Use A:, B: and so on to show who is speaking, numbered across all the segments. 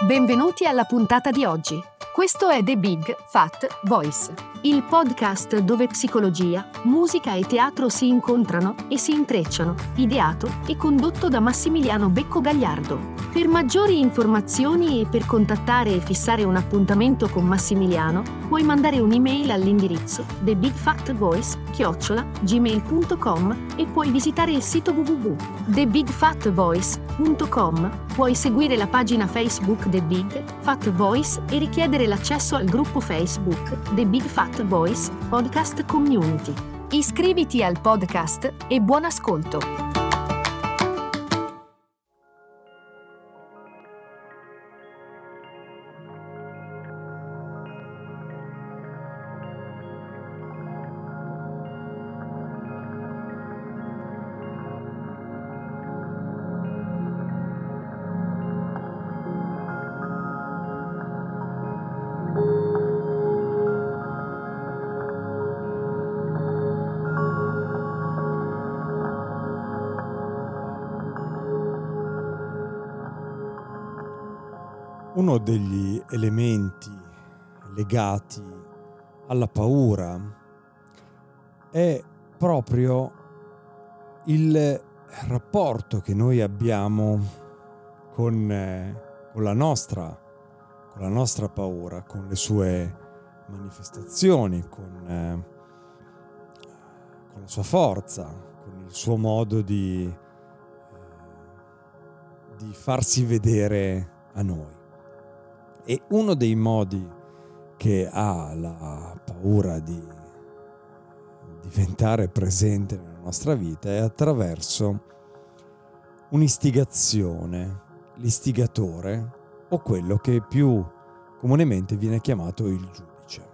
A: Benvenuti alla puntata di oggi. Questo è The Big Fat Voice, il podcast dove psicologia, musica e teatro si incontrano e si intrecciano, ideato e condotto da Massimiliano Becco Gagliardo. Per maggiori informazioni e per contattare e fissare un appuntamento con Massimiliano, puoi mandare un'email all'indirizzo thebigfatvoice@gmail.com e puoi visitare il sito www.thebigfatvoice.com. Puoi seguire la pagina Facebook The Big Fat Voice e richiedere l'accesso al gruppo Facebook The Big Fat Voice Podcast Community. Iscriviti al podcast e buon ascolto!
B: Uno degli elementi legati alla paura è proprio il rapporto che noi abbiamo con la nostra paura, con le sue manifestazioni, con la sua forza, con il suo modo di farsi vedere a noi. E uno dei modi che ha la paura di diventare presente nella nostra vita è attraverso un'istigazione, l'istigatore o quello che più comunemente viene chiamato il giudice.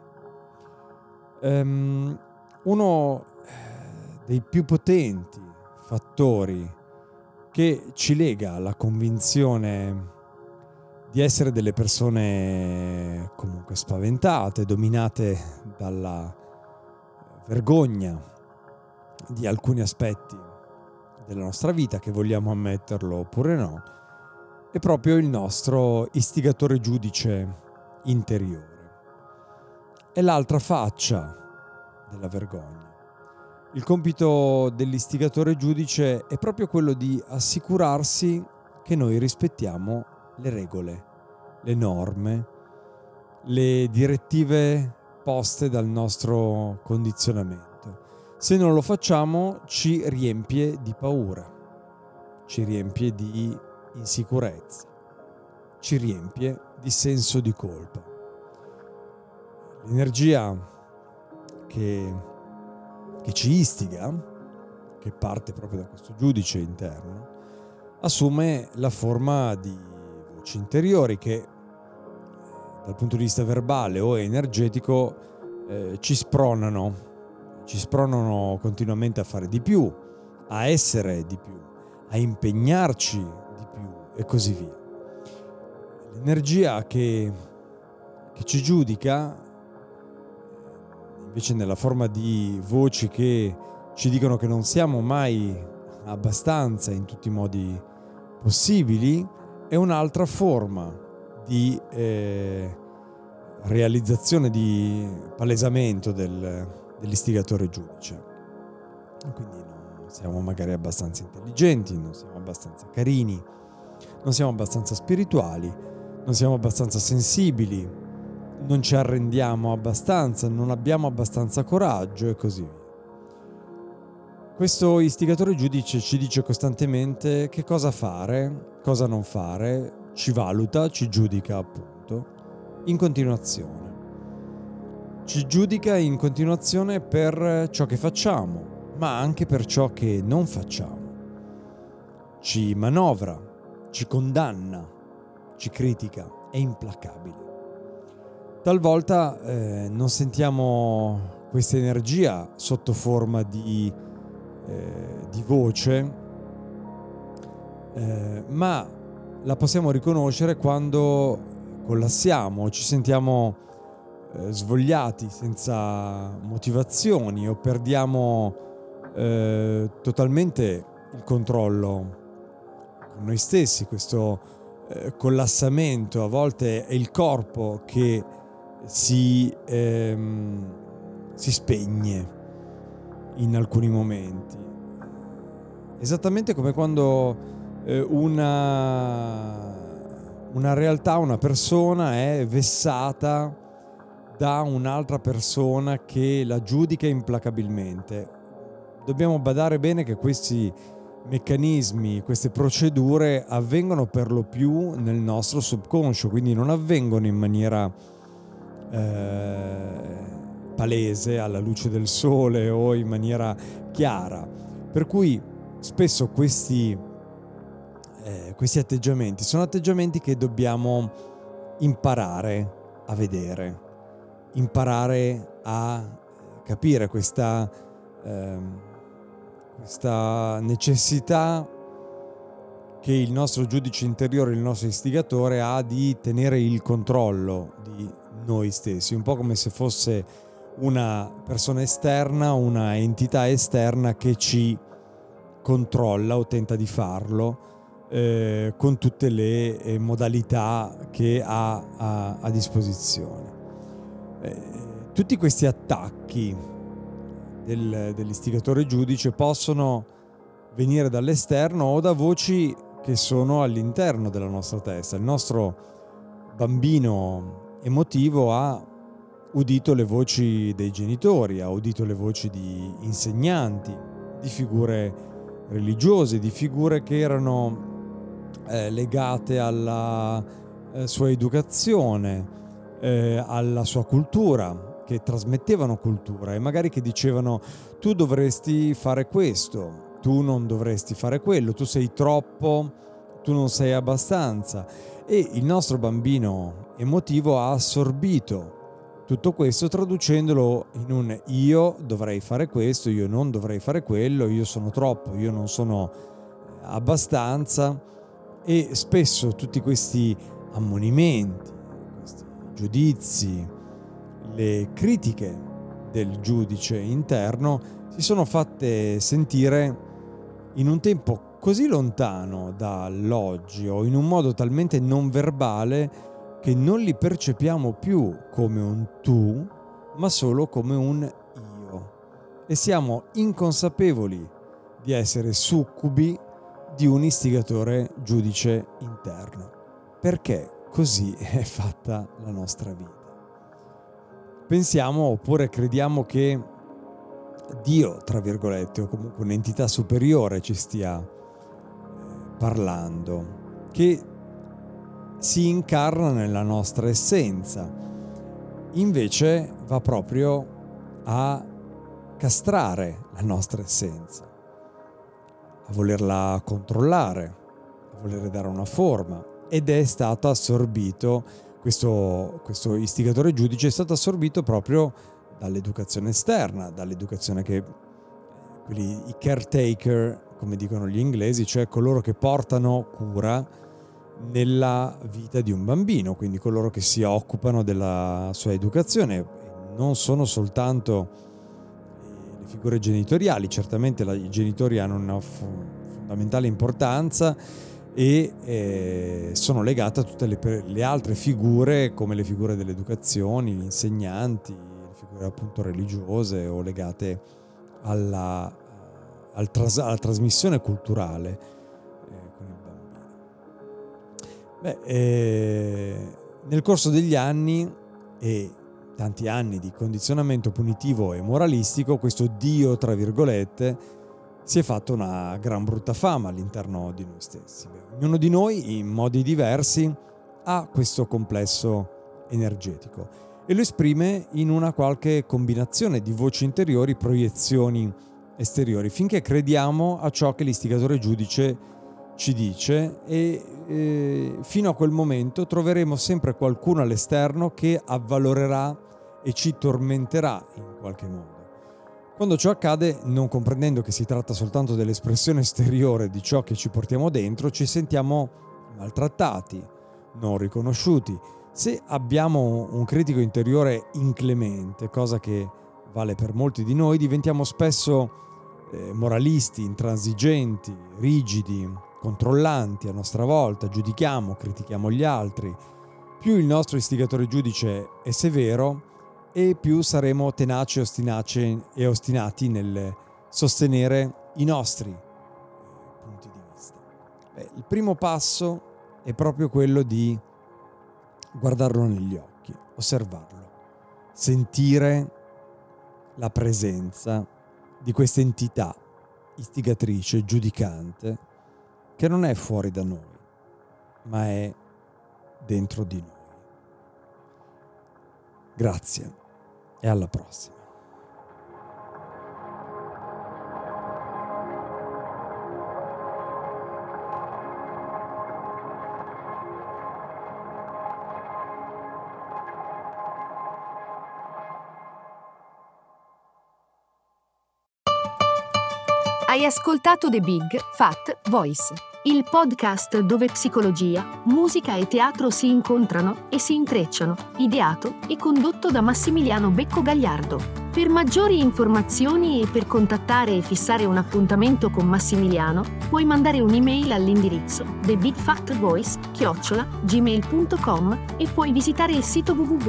B: Uno dei più potenti fattori che ci lega alla convinzione di essere delle persone comunque spaventate, dominate dalla vergogna di alcuni aspetti della nostra vita, che vogliamo ammetterlo oppure no, è proprio il nostro istigatore giudice interiore. È l'altra faccia della vergogna. Il compito dell'istigatore giudice è proprio quello di assicurarsi che noi rispettiamo le regole, le norme, le direttive poste dal nostro condizionamento. Se non lo facciamo, ci riempie di paura, ci riempie di insicurezza, ci riempie di senso di colpa. L'energia che ci istiga, che parte proprio da questo giudice interno, assume la forma di voci interiori che dal punto di vista verbale o energetico ci spronano continuamente a fare di più, a essere di più, a impegnarci di più e così via. L'energia che ci giudica invece nella forma di voci che ci dicono che non siamo mai abbastanza in tutti i modi possibili, è un'altra forma di realizzazione, di palesamento dell'istigatore giudice. Quindi non siamo magari abbastanza intelligenti, non siamo abbastanza carini, non siamo abbastanza spirituali, non siamo abbastanza sensibili, non ci arrendiamo abbastanza, non abbiamo abbastanza coraggio e così via. Questo istigatore giudice ci dice costantemente che cosa fare, cosa non fare, ci valuta, ci giudica appunto in continuazione. Ci giudica in continuazione per ciò che facciamo, ma anche per ciò che non facciamo. Ci manovra, ci condanna, ci critica, è implacabile. Talvolta non sentiamo questa energia sotto forma di voce, ma la possiamo riconoscere quando collassiamo, ci sentiamo svogliati senza motivazioni o perdiamo totalmente il controllo con noi stessi. Questo collassamento, a volte è il corpo che si spegne in alcuni momenti. Esattamente come quando una realtà, una persona è vessata da un'altra persona che la giudica implacabilmente. Dobbiamo badare bene che questi meccanismi, queste procedure avvengono per lo più nel nostro subconscio, quindi non avvengono in maniera palese alla luce del sole o in maniera chiara. Per cui spesso questi atteggiamenti sono atteggiamenti che dobbiamo imparare a vedere, imparare a capire questa necessità che il nostro giudice interiore, il nostro istigatore ha di tenere il controllo di noi stessi, un po' come se fosse una persona esterna, una entità esterna che ci controlla o tenta di farlo con tutte le modalità che ha a disposizione. Tutti questi attacchi dell'istigatore giudice possono venire dall'esterno o da voci che sono all'interno della nostra testa. Il nostro bambino emotivo ha udito le voci dei genitori, ha udito le voci di insegnanti, di figure religiose, di figure che erano legate alla sua educazione, alla sua cultura, che trasmettevano cultura e magari che dicevano: tu dovresti fare questo, tu non dovresti fare quello, tu sei troppo, tu non sei abbastanza. E il nostro bambino emotivo ha assorbito tutto questo traducendolo in un io dovrei fare questo, io non dovrei fare quello, io sono troppo, io non sono abbastanza. E spesso tutti questi ammonimenti, questi giudizi, le critiche del giudice interno si sono fatte sentire in un tempo così lontano dall'oggi o in un modo talmente non verbale che non li percepiamo più come un tu, ma solo come un io. E siamo inconsapevoli di essere succubi di un istigatore giudice interno, perché così è fatta la nostra vita. Pensiamo oppure crediamo che Dio, tra virgolette, o comunque un'entità superiore ci stia parlando, che si incarna nella nostra essenza. Invece va proprio a castrare la nostra essenza, a volerla controllare, a voler dare una forma, ed è stato assorbito, questo istigatore giudice è stato assorbito proprio dall'educazione esterna, dall'educazione che i caretaker, come dicono gli inglesi, cioè coloro che portano cura nella vita di un bambino, quindi coloro che si occupano della sua educazione. Non sono soltanto le figure genitoriali, certamente i genitori hanno una fondamentale importanza e sono legate a tutte le altre figure, come le figure dell'educazione, gli insegnanti, le figure appunto religiose o legate alla trasmissione culturale con il bambino. Nel corso degli anni e tanti anni di condizionamento punitivo e moralistico, questo Dio, tra virgolette, si è fatto una gran brutta fama all'interno di noi stessi. Ognuno di noi, in modi diversi, ha questo complesso energetico e lo esprime in una qualche combinazione di voci interiori, proiezioni esteriori, finché crediamo a ciò che l'istigatore giudice ci dice e fino a quel momento troveremo sempre qualcuno all'esterno che avvalorerà e ci tormenterà in qualche modo. Quando ciò accade, non comprendendo che si tratta soltanto dell'espressione esteriore di ciò che ci portiamo dentro, ci sentiamo maltrattati, non riconosciuti. Se abbiamo un critico interiore inclemente, cosa che vale per molti di noi, diventiamo spesso moralisti, intransigenti, rigidi, controllanti a nostra volta, giudichiamo, critichiamo gli altri, più il nostro istigatore giudice è severo e più saremo tenaci e ostinati nel sostenere i nostri punti di vista. Il primo passo è proprio quello di guardarlo negli occhi, osservarlo, sentire la presenza di questa entità istigatrice, giudicante, che non è fuori da noi, ma è dentro di noi. Grazie e alla prossima.
A: Hai ascoltato The Big Fat Voice, il podcast dove psicologia, musica e teatro si incontrano e si intrecciano, ideato e condotto da Massimiliano Becco Gagliardo. Per maggiori informazioni e per contattare e fissare un appuntamento con Massimiliano, puoi mandare un'email all'indirizzo thebigfatvoice@gmail.com e puoi visitare il sito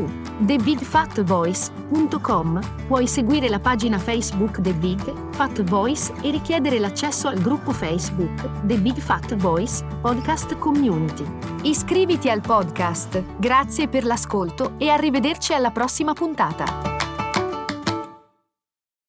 A: www.thebigfatvoice.com. Puoi seguire la pagina Facebook The Big Fat Voice e richiedere l'accesso al gruppo Facebook The Big Fat Voice Podcast Community. Iscriviti al podcast. Grazie per l'ascolto e arrivederci alla prossima puntata.